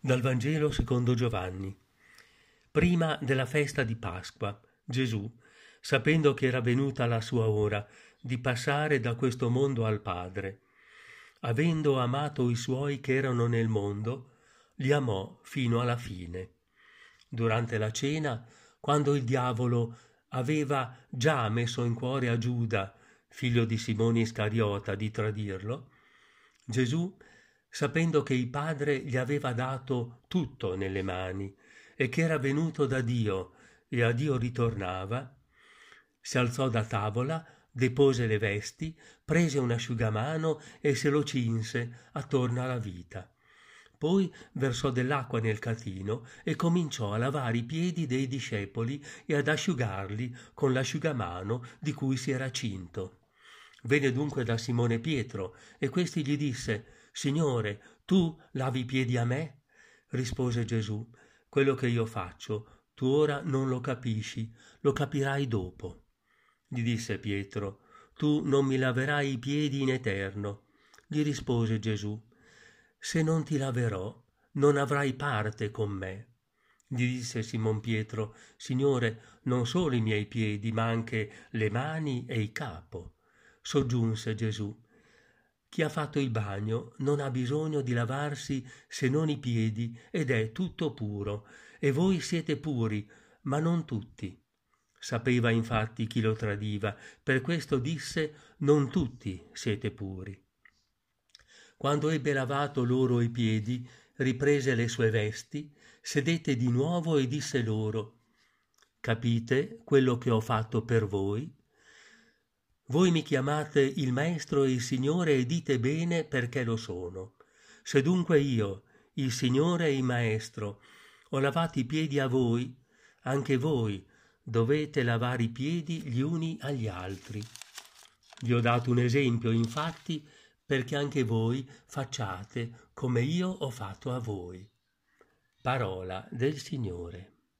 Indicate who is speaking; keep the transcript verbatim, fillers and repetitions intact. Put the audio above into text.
Speaker 1: Dal Vangelo secondo Giovanni. Prima della festa di Pasqua, Gesù, sapendo che era venuta la sua ora di passare da questo mondo al Padre, avendo amato i suoi che erano nel mondo, li amò fino alla fine. Durante la cena, quando il diavolo aveva già messo in cuore a Giuda, figlio di Simone Iscariota, di tradirlo, Gesù, sapendo che il Padre gli aveva dato tutto nelle mani e che era venuto da Dio e a Dio ritornava, si alzò da tavola, depose le vesti, prese un asciugamano e se lo cinse attorno alla vita. Poi versò dell'acqua nel catino e cominciò a lavare i piedi dei discepoli e ad asciugarli con l'asciugamano di cui si era cinto. Venne dunque da Simone Pietro e questi gli disse: «Signore, tu lavi i piedi a me?» Rispose Gesù: «Quello che io faccio, tu ora non lo capisci, lo capirai dopo». Gli disse Pietro: «Tu non mi laverai i piedi in eterno». Gli rispose Gesù: «Se non ti laverò, non avrai parte con me». Gli disse Simon Pietro: «Signore, non solo i miei piedi, ma anche le mani e il capo». Soggiunse Gesù: «Chi ha fatto il bagno non ha bisogno di lavarsi se non i piedi ed è tutto puro, e voi siete puri, ma non tutti». Sapeva infatti chi lo tradiva, per questo disse: «Non tutti siete puri». Quando ebbe lavato loro i piedi, riprese le sue vesti, sedette di nuovo e disse loro: «Capite quello che ho fatto per voi? Voi mi chiamate il Maestro e il Signore e dite bene perché lo sono. Se dunque io, il Signore e il Maestro, ho lavato i piedi a voi, anche voi dovete lavare i piedi gli uni agli altri. Vi ho dato un esempio, infatti, perché anche voi facciate come io ho fatto a voi». Parola del Signore.